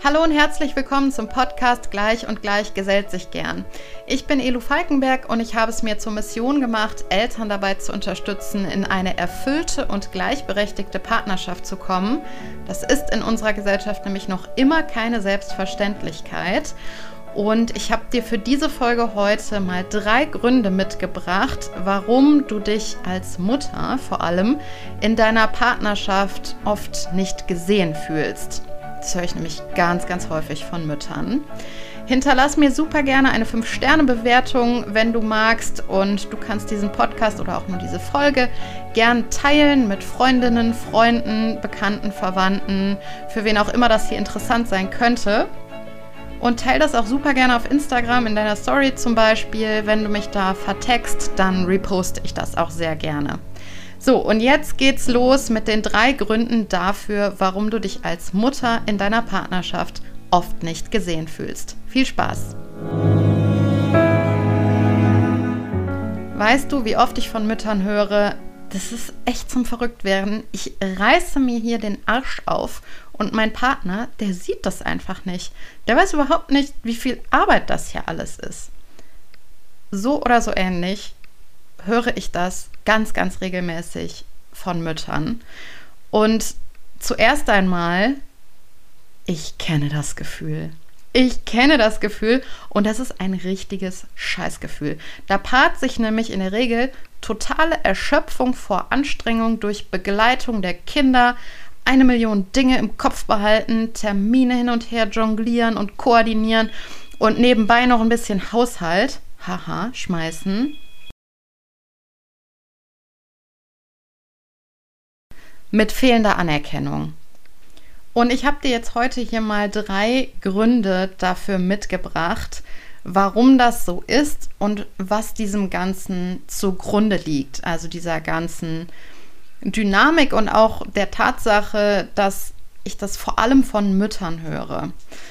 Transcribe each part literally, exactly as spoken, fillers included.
Hallo und herzlich willkommen zum Podcast Gleich und Gleich gesellt sich gern. Ich bin Elu Falkenberg und ich habe es mir zur Mission gemacht, Eltern dabei zu unterstützen, in eine erfüllte und gleichberechtigte Partnerschaft zu kommen. Das ist in unserer Gesellschaft nämlich noch immer keine Selbstverständlichkeit. Und ich habe dir für diese Folge heute mal drei Gründe mitgebracht, warum du dich als Mutter vor allem in deiner Partnerschaft oft nicht gesehen fühlst. Das höre ich nämlich ganz, ganz häufig von Müttern. Hinterlass mir super gerne eine fünf Sterne Bewertung, wenn du magst. Und du kannst diesen Podcast oder auch nur diese Folge gern teilen mit Freundinnen, Freunden, Bekannten, Verwandten, für wen auch immer das hier interessant sein könnte. Und teile das auch super gerne auf Instagram, in deiner Story zum Beispiel. Wenn du mich da vertext, dann reposte ich das auch sehr gerne. So, und jetzt geht's los mit den drei Gründen dafür, warum du dich als Mutter in deiner Partnerschaft oft nicht gesehen fühlst. Viel Spaß! Weißt du, wie oft ich von Müttern höre, das ist echt zum Verrücktwerden. Ich reiße mir hier den Arsch auf und mein Partner, der sieht das einfach nicht. Der weiß überhaupt nicht, wie viel Arbeit das hier alles ist. So oder so ähnlich höre ich das ganz, ganz regelmäßig von Müttern. Und zuerst einmal, ich kenne das Gefühl. Ich kenne das Gefühl und das ist ein richtiges Scheißgefühl. Da paart sich nämlich in der Regel totale Erschöpfung vor Anstrengung durch Begleitung der Kinder, eine Million Dinge im Kopf behalten, Termine hin und her jonglieren und koordinieren und nebenbei noch ein bisschen Haushalt, haha, schmeißen. Mit fehlender Anerkennung. Und ich habe dir jetzt heute hier mal drei Gründe dafür mitgebracht, warum das so ist und was diesem Ganzen zugrunde liegt. Also dieser ganzen Dynamik und auch der Tatsache, dass ich das vor allem von Müttern höre.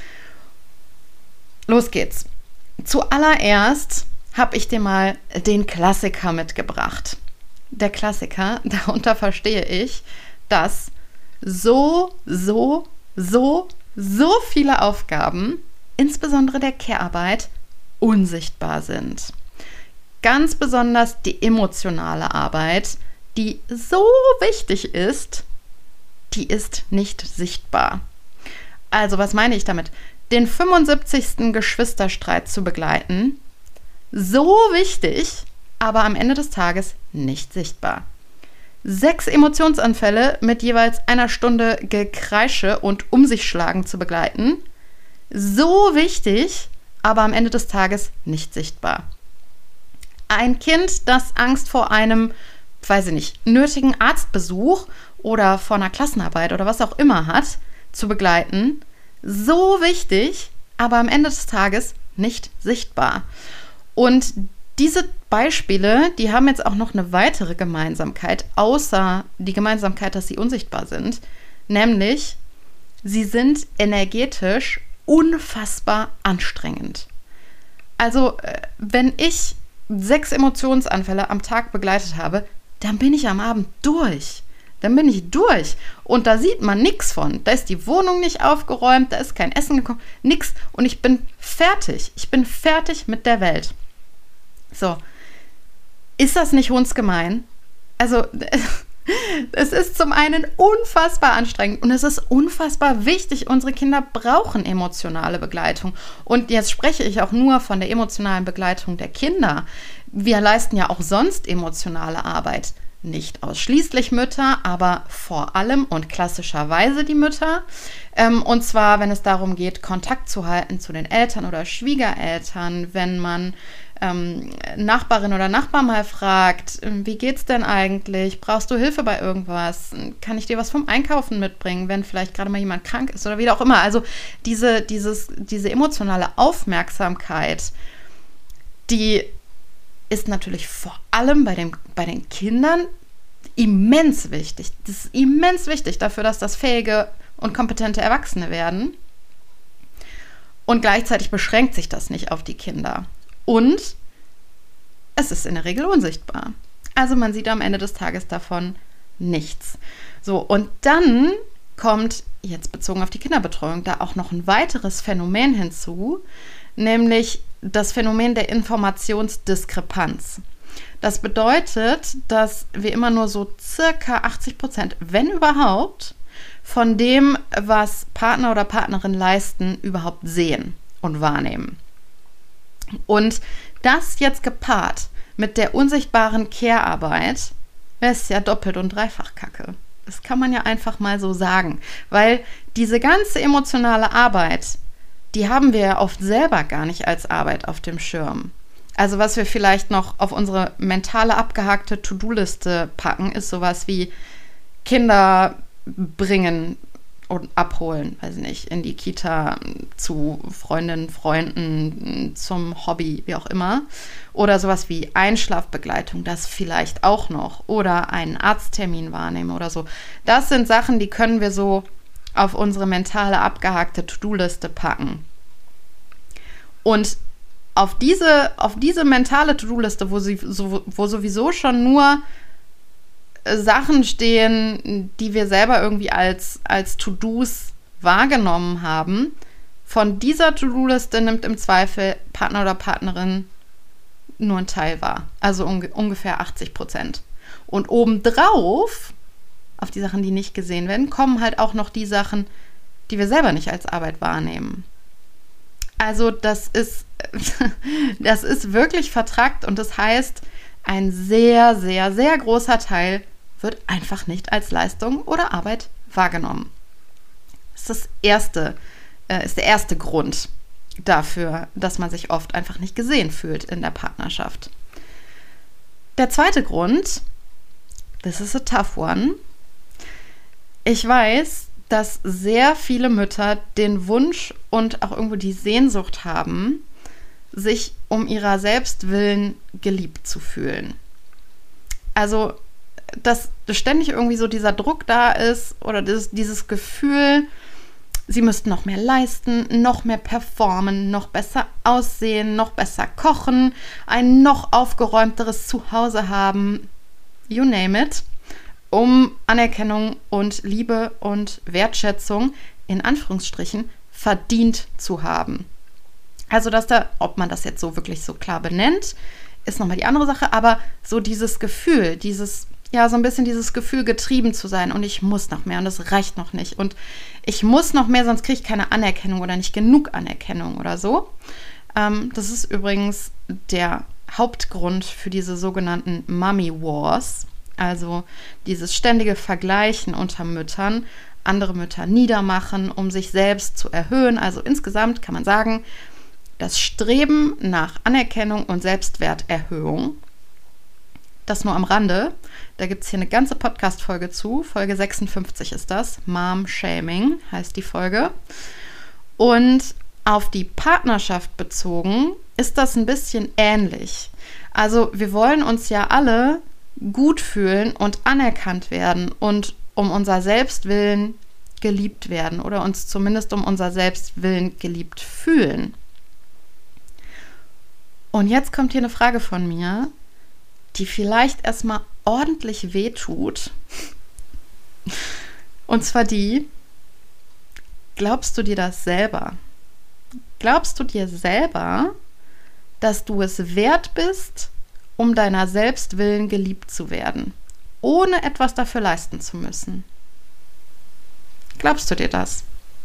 Los geht's. Zuallererst habe ich dir mal den Klassiker mitgebracht. Der Klassiker, darunter verstehe ich, dass so, so, so, so viele Aufgaben, insbesondere der Care-Arbeit, unsichtbar sind. Ganz besonders die emotionale Arbeit, die so wichtig ist, die ist nicht sichtbar. Also, was meine ich damit? Den fünfundsiebzigsten Geschwisterstreit zu begleiten, so wichtig, aber am Ende des Tages nicht sichtbar. Sechs Emotionsanfälle mit jeweils einer Stunde Gekreische und um sich schlagen zu begleiten, so wichtig, aber am Ende des Tages nicht sichtbar. Ein Kind, das Angst vor einem, weiß ich nicht, nötigen Arztbesuch oder vor einer Klassenarbeit oder was auch immer hat, zu begleiten, so wichtig, aber am Ende des Tages nicht sichtbar. Und diese Beispiele, die haben jetzt auch noch eine weitere Gemeinsamkeit, außer die Gemeinsamkeit, dass sie unsichtbar sind, nämlich sie sind energetisch unfassbar anstrengend. Also, wenn ich sechs Emotionsanfälle am Tag begleitet habe, dann bin ich am Abend durch. Dann bin ich durch. Und da sieht man nichts von. Da ist die Wohnung nicht aufgeräumt, da ist kein Essen gekommen, nichts. Und ich bin fertig. Ich bin fertig mit der Welt. So, ist das nicht hundsgemein? Also, es ist zum einen unfassbar anstrengend und es ist unfassbar wichtig. Unsere Kinder brauchen emotionale Begleitung. Und jetzt spreche ich auch nur von der emotionalen Begleitung der Kinder. Wir leisten ja auch sonst emotionale Arbeit. Nicht ausschließlich Mütter, aber vor allem und klassischerweise die Mütter. Ähm, und zwar, wenn es darum geht, Kontakt zu halten zu den Eltern oder Schwiegereltern, wenn man ähm, Nachbarin oder Nachbar mal fragt, wie geht's denn eigentlich? Brauchst du Hilfe bei irgendwas? Kann ich dir was vom Einkaufen mitbringen, wenn vielleicht gerade mal jemand krank ist oder wie auch immer? Also diese, dieses, diese emotionale Aufmerksamkeit, die ist natürlich vor allem bei, dem, bei den Kindern immens wichtig. Das ist immens wichtig dafür, dass das fähige und kompetente Erwachsene werden. Und gleichzeitig beschränkt sich das nicht auf die Kinder. Und es ist in der Regel unsichtbar. Also man sieht am Ende des Tages davon nichts. So, und dann kommt jetzt bezogen auf die Kinderbetreuung da auch noch ein weiteres Phänomen hinzu, nämlich das Phänomen der Informationsdiskrepanz. Das bedeutet, dass wir immer nur so circa achtzig Prozent, wenn überhaupt, von dem, was Partner oder Partnerin leisten, überhaupt sehen und wahrnehmen. Und das jetzt gepaart mit der unsichtbaren Care-Arbeit, ist ja doppelt und dreifach Kacke. Das kann man ja einfach mal so sagen, weil diese ganze emotionale Arbeit, die haben wir ja oft selber gar nicht als Arbeit auf dem Schirm. Also was wir vielleicht noch auf unsere mentale abgehackte To-Do-Liste packen, ist sowas wie Kinder bringen und abholen, weiß ich nicht, in die Kita, zu Freundinnen, Freunden, zum Hobby, wie auch immer. Oder sowas wie Einschlafbegleitung, das vielleicht auch noch. Oder einen Arzttermin wahrnehmen oder so. Das sind Sachen, die können wir so auf unsere mentale abgehackte To-Do-Liste packen. Und auf diese, auf diese mentale To-Do-Liste, wo, sie, so, wo sowieso schon nur Sachen stehen, die wir selber irgendwie als, als To-Dos wahrgenommen haben, von dieser To-Do-Liste nimmt im Zweifel Partner oder Partnerin nur ein Teil wahr. Also unge- ungefähr achtzig Prozent. Und obendrauf, auf die Sachen, die nicht gesehen werden, kommen halt auch noch die Sachen, die wir selber nicht als Arbeit wahrnehmen. Also das ist, das ist wirklich vertrackt und das heißt, ein sehr, sehr, sehr großer Teil wird einfach nicht als Leistung oder Arbeit wahrgenommen. Das ist das erste, äh, ist der erste Grund dafür, dass man sich oft einfach nicht gesehen fühlt in der Partnerschaft. Der zweite Grund, this is a tough one. Ich weiß, dass sehr viele Mütter den Wunsch und auch irgendwo die Sehnsucht haben, sich um ihrer selbst willen geliebt zu fühlen. Also, dass ständig irgendwie so dieser Druck da ist oder dieses, dieses Gefühl, sie müssten noch mehr leisten, noch mehr performen, noch besser aussehen, noch besser kochen, ein noch aufgeräumteres Zuhause haben, you name it, um Anerkennung und Liebe und Wertschätzung in Anführungsstrichen verdient zu haben. Also, dass da, ob man das jetzt so wirklich so klar benennt, ist nochmal die andere Sache, aber so dieses Gefühl, dieses, ja, so ein bisschen dieses Gefühl, getrieben zu sein und ich muss noch mehr und das reicht noch nicht und ich muss noch mehr, sonst kriege ich keine Anerkennung oder nicht genug Anerkennung oder so. Ähm, das ist übrigens der Hauptgrund für diese sogenannten Mommy Wars, also dieses ständige Vergleichen unter Müttern, andere Mütter niedermachen, um sich selbst zu erhöhen. Also insgesamt kann man sagen, das Streben nach Anerkennung und Selbstwerterhöhung, das nur am Rande, da gibt es hier eine ganze Podcast-Folge zu, Folge sechsundfünfzig ist das, Mom Shaming heißt die Folge. Und auf die Partnerschaft bezogen ist das ein bisschen ähnlich. Also wir wollen uns ja alle gut fühlen und anerkannt werden und um unser Selbstwillen geliebt werden oder uns zumindest um unser Selbstwillen geliebt fühlen. Und jetzt kommt hier eine Frage von mir, die vielleicht erstmal ordentlich wehtut. Und zwar die, glaubst du dir das selber? Glaubst du dir selber, dass du es wert bist, um deiner selbst willen geliebt zu werden, ohne etwas dafür leisten zu müssen? Glaubst du dir das?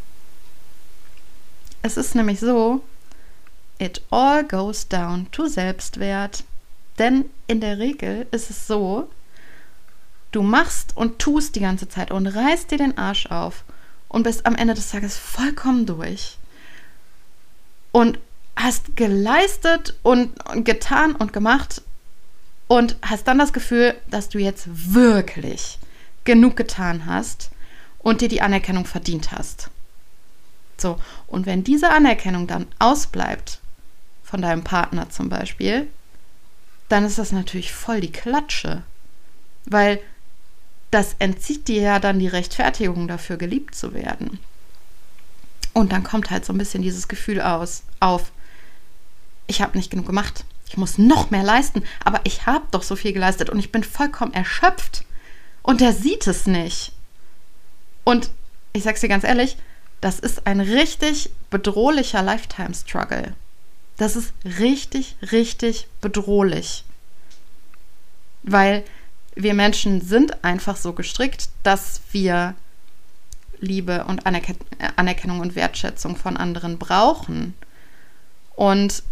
Es ist nämlich so, it all goes down to Selbstwert. Denn in der Regel ist es so, du machst und tust die ganze Zeit und reißt dir den Arsch auf und bist am Ende des Tages vollkommen durch und hast geleistet und getan und gemacht und hast dann das Gefühl, dass du jetzt wirklich genug getan hast und dir die Anerkennung verdient hast. So, und wenn diese Anerkennung dann ausbleibt, von deinem Partner zum Beispiel, dann ist das natürlich voll die Klatsche, weil das entzieht dir ja dann die Rechtfertigung dafür, geliebt zu werden. Und dann kommt halt so ein bisschen dieses Gefühl aus, auf, ich habe nicht genug gemacht, ich muss noch mehr leisten, aber ich habe doch so viel geleistet und ich bin vollkommen erschöpft und der sieht es nicht. Und ich sag's dir ganz ehrlich, das ist ein richtig bedrohlicher Lifetime-Struggle. Das ist richtig, richtig bedrohlich. Weil wir Menschen sind einfach so gestrickt, dass wir Liebe und Anerken- Anerkennung und Wertschätzung von anderen brauchen. Und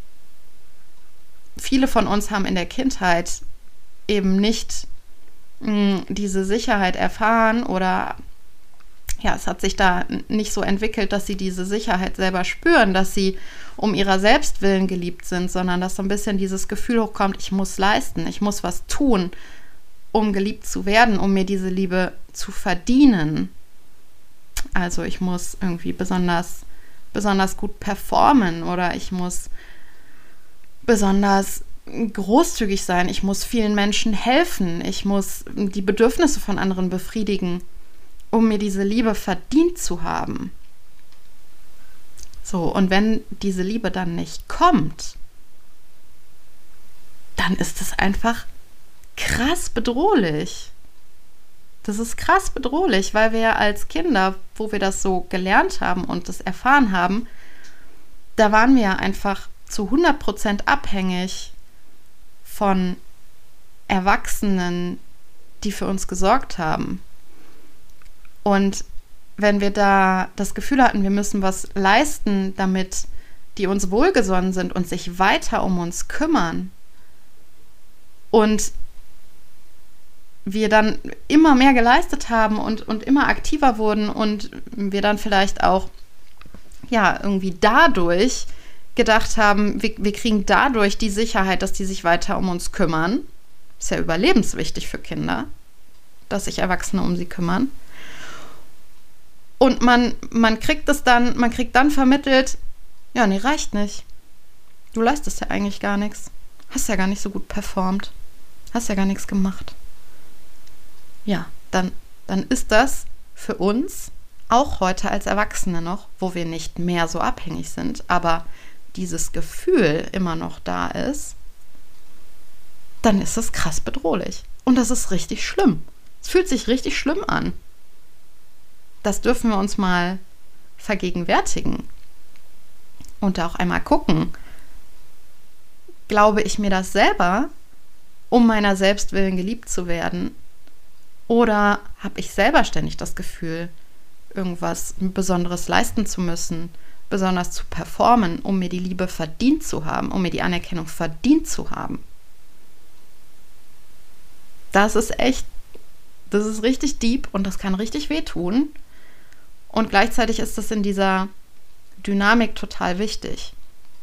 viele von uns haben in der Kindheit eben nicht mh, diese Sicherheit erfahren oder ja, es hat sich da nicht so entwickelt, dass sie diese Sicherheit selber spüren, dass sie um ihrer selbst willen geliebt sind, sondern dass so ein bisschen dieses Gefühl hochkommt, ich muss leisten, ich muss was tun, um geliebt zu werden, um mir diese Liebe zu verdienen. Also ich muss irgendwie besonders, besonders gut performen oder ich muss besonders großzügig sein, ich muss vielen Menschen helfen, ich muss die Bedürfnisse von anderen befriedigen, um mir diese Liebe verdient zu haben. So, und wenn diese Liebe dann nicht kommt, dann ist es einfach krass bedrohlich. Das ist krass bedrohlich, weil wir ja als Kinder, wo wir das so gelernt haben und das erfahren haben, da waren wir ja einfach zu hundert Prozent abhängig von Erwachsenen, die für uns gesorgt haben. Und wenn wir da das Gefühl hatten, wir müssen was leisten, damit die uns wohlgesonnen sind und sich weiter um uns kümmern und wir dann immer mehr geleistet haben und, und immer aktiver wurden und wir dann vielleicht auch ja irgendwie dadurch gedacht haben, wir, wir kriegen dadurch die Sicherheit, dass die sich weiter um uns kümmern. Ist ja überlebenswichtig für Kinder, dass sich Erwachsene um sie kümmern. Und man, man kriegt es dann, man kriegt dann vermittelt, ja, nee, reicht nicht. Du leistest ja eigentlich gar nichts. Hast ja gar nicht so gut performt. Hast ja gar nichts gemacht. Ja, dann, dann ist das für uns auch heute als Erwachsene noch, wo wir nicht mehr so abhängig sind, aber dieses Gefühl immer noch da ist, dann ist das krass bedrohlich. Und das ist richtig schlimm. Es fühlt sich richtig schlimm an. Das dürfen wir uns mal vergegenwärtigen und auch einmal gucken. Glaube ich mir das selber, um meiner selbst willen geliebt zu werden? Oder habe ich selber ständig das Gefühl, irgendwas Besonderes leisten zu müssen, besonders zu performen, um mir die Liebe verdient zu haben, um mir die Anerkennung verdient zu haben? Das ist echt, das ist richtig deep und das kann richtig wehtun. Und gleichzeitig ist das in dieser Dynamik total wichtig,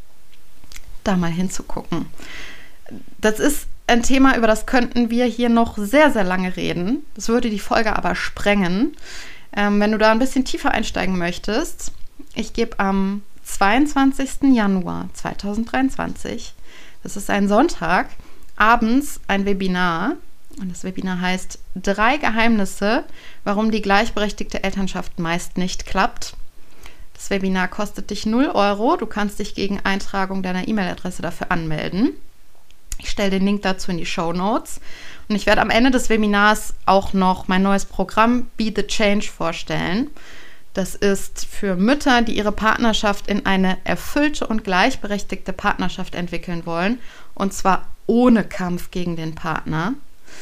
da mal hinzugucken. Das ist ein Thema, über das könnten wir hier noch sehr, sehr lange reden. Das würde die Folge aber sprengen. Ähm, wenn du da ein bisschen tiefer einsteigen möchtest, ich gebe am zweiundzwanzigsten Januar zweitausenddreiundzwanzig, das ist ein Sonntag, abends ein Webinar. Und das Webinar heißt Drei Geheimnisse, warum die gleichberechtigte Elternschaft meist nicht klappt. Das Webinar kostet dich null Euro. Du kannst dich gegen Eintragung deiner E-Mail-Adresse dafür anmelden. Ich stelle den Link dazu in die Shownotes. Und ich werde am Ende des Webinars auch noch mein neues Programm Be the Change vorstellen. Das ist für Mütter, die ihre Partnerschaft in eine erfüllte und gleichberechtigte Partnerschaft entwickeln wollen. Und zwar ohne Kampf gegen den Partner.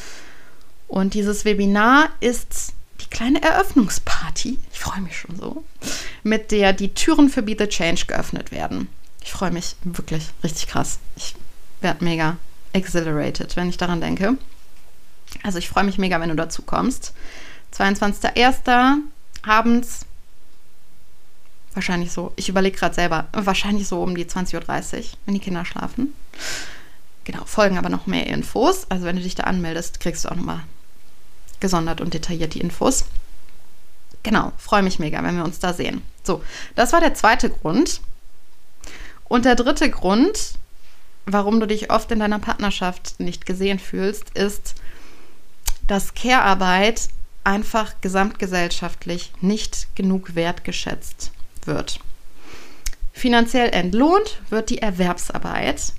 Und dieses Webinar ist die kleine Eröffnungsparty, ich freue mich schon so, mit der die Türen für Be the Change geöffnet werden. Ich freue mich wirklich richtig krass. Ich werde mega exhilarated, wenn ich daran denke. Also ich freue mich mega, wenn du dazu kommst. zweiundzwanzigster erster abends, wahrscheinlich so, ich überlege gerade selber, wahrscheinlich so um die zwanzig Uhr dreißig, wenn die Kinder schlafen. Genau, folgen aber noch mehr Infos. Also wenn du dich da anmeldest, kriegst du auch nochmal gesondert und detailliert die Infos. Genau, freue mich mega, wenn wir uns da sehen. So, das war der zweite Grund. Und der dritte Grund, warum du dich oft in deiner Partnerschaft nicht gesehen fühlst, ist, dass Care-Arbeit einfach gesamtgesellschaftlich nicht genug wertgeschätzt wird. Finanziell entlohnt wird die Erwerbsarbeit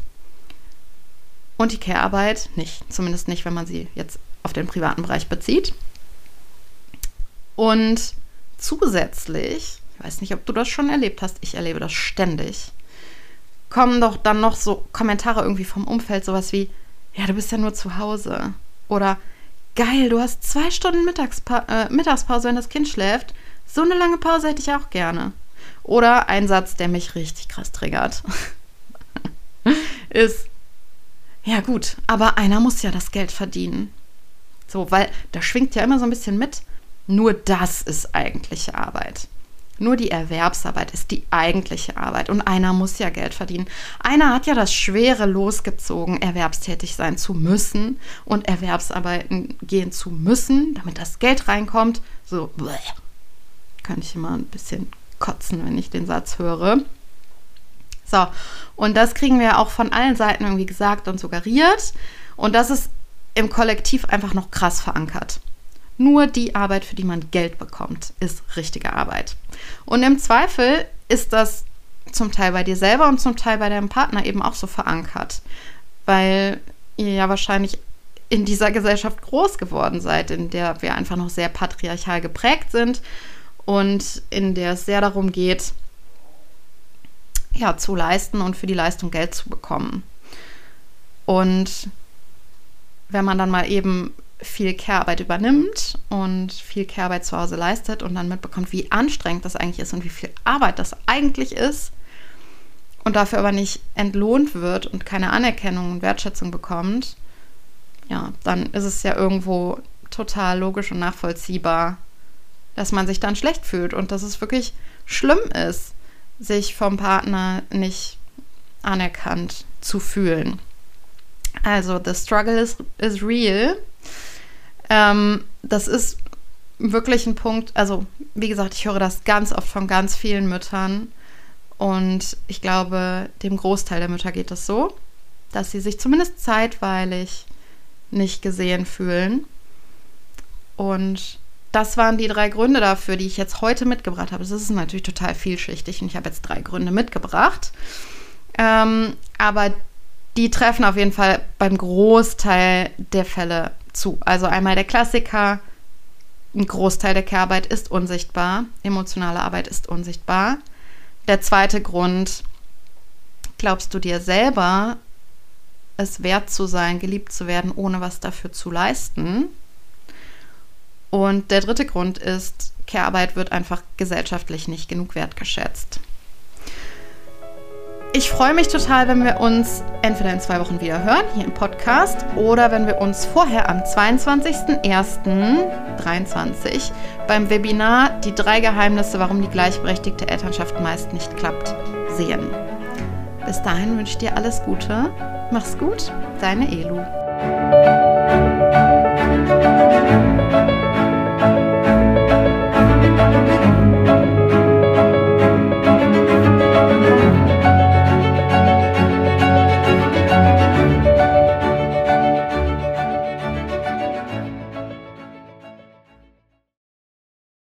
und die Care-Arbeit nicht, zumindest nicht, wenn man sie jetzt auf den privaten Bereich bezieht. Und zusätzlich, ich weiß nicht, ob du das schon erlebt hast, ich erlebe das ständig, kommen doch dann noch so Kommentare irgendwie vom Umfeld, sowas wie, ja, du bist ja nur zu Hause. Oder, geil, du hast zwei Stunden Mittagspa- äh, Mittagspause, wenn das Kind schläft. So eine lange Pause hätte ich auch gerne. Oder ein Satz, der mich richtig krass triggert, ist, ja gut, aber einer muss ja das Geld verdienen. So, weil da schwingt ja immer so ein bisschen mit, nur das ist eigentliche Arbeit. Nur die Erwerbsarbeit ist die eigentliche Arbeit und einer muss ja Geld verdienen. Einer hat ja das schwere Los gezogen, erwerbstätig sein zu müssen und Erwerbsarbeiten gehen zu müssen, damit das Geld reinkommt. So, bleh, kann ich immer ein bisschen kotzen, wenn ich den Satz höre. So, und das kriegen wir auch von allen Seiten irgendwie gesagt und suggeriert. Und das ist im Kollektiv einfach noch krass verankert. Nur die Arbeit, für die man Geld bekommt, ist richtige Arbeit. Und im Zweifel ist das zum Teil bei dir selber und zum Teil bei deinem Partner eben auch so verankert. Weil ihr ja wahrscheinlich in dieser Gesellschaft groß geworden seid, in der wir einfach noch sehr patriarchal geprägt sind und in der es sehr darum geht, ja, zu leisten und für die Leistung Geld zu bekommen. Und wenn man dann mal eben viel Care-Arbeit übernimmt und viel Care-Arbeit zu Hause leistet und dann mitbekommt, wie anstrengend das eigentlich ist und wie viel Arbeit das eigentlich ist und dafür aber nicht entlohnt wird und keine Anerkennung und Wertschätzung bekommt, ja, dann ist es ja irgendwo total logisch und nachvollziehbar, dass man sich dann schlecht fühlt und dass es wirklich schlimm ist, sich vom Partner nicht anerkannt zu fühlen. Also, the struggle is, is real. Ähm, das ist wirklich ein Punkt, also wie gesagt, ich höre das ganz oft von ganz vielen Müttern und ich glaube, dem Großteil der Mütter geht es so, dass sie sich zumindest zeitweilig nicht gesehen fühlen. Und das waren die drei Gründe dafür, die ich jetzt heute mitgebracht habe. Das ist natürlich total vielschichtig und ich habe jetzt drei Gründe mitgebracht. Ähm, aber die treffen auf jeden Fall beim Großteil der Fälle zu. Also einmal der Klassiker, ein Großteil der Care-Arbeit ist unsichtbar, emotionale Arbeit ist unsichtbar. Der zweite Grund, glaubst du dir selber, es wert zu sein, geliebt zu werden, ohne was dafür zu leisten? Und der dritte Grund ist, Care-Arbeit wird einfach gesellschaftlich nicht genug wertgeschätzt. Ich freue mich total, wenn wir uns entweder in zwei Wochen wieder hören, hier im Podcast, oder wenn wir uns vorher am zweiundzwanzigsten ersten dreiundzwanzig beim Webinar Die drei Geheimnisse, warum die gleichberechtigte Elternschaft meist nicht klappt, sehen. Bis dahin wünsche ich dir alles Gute. Mach's gut, deine Elu.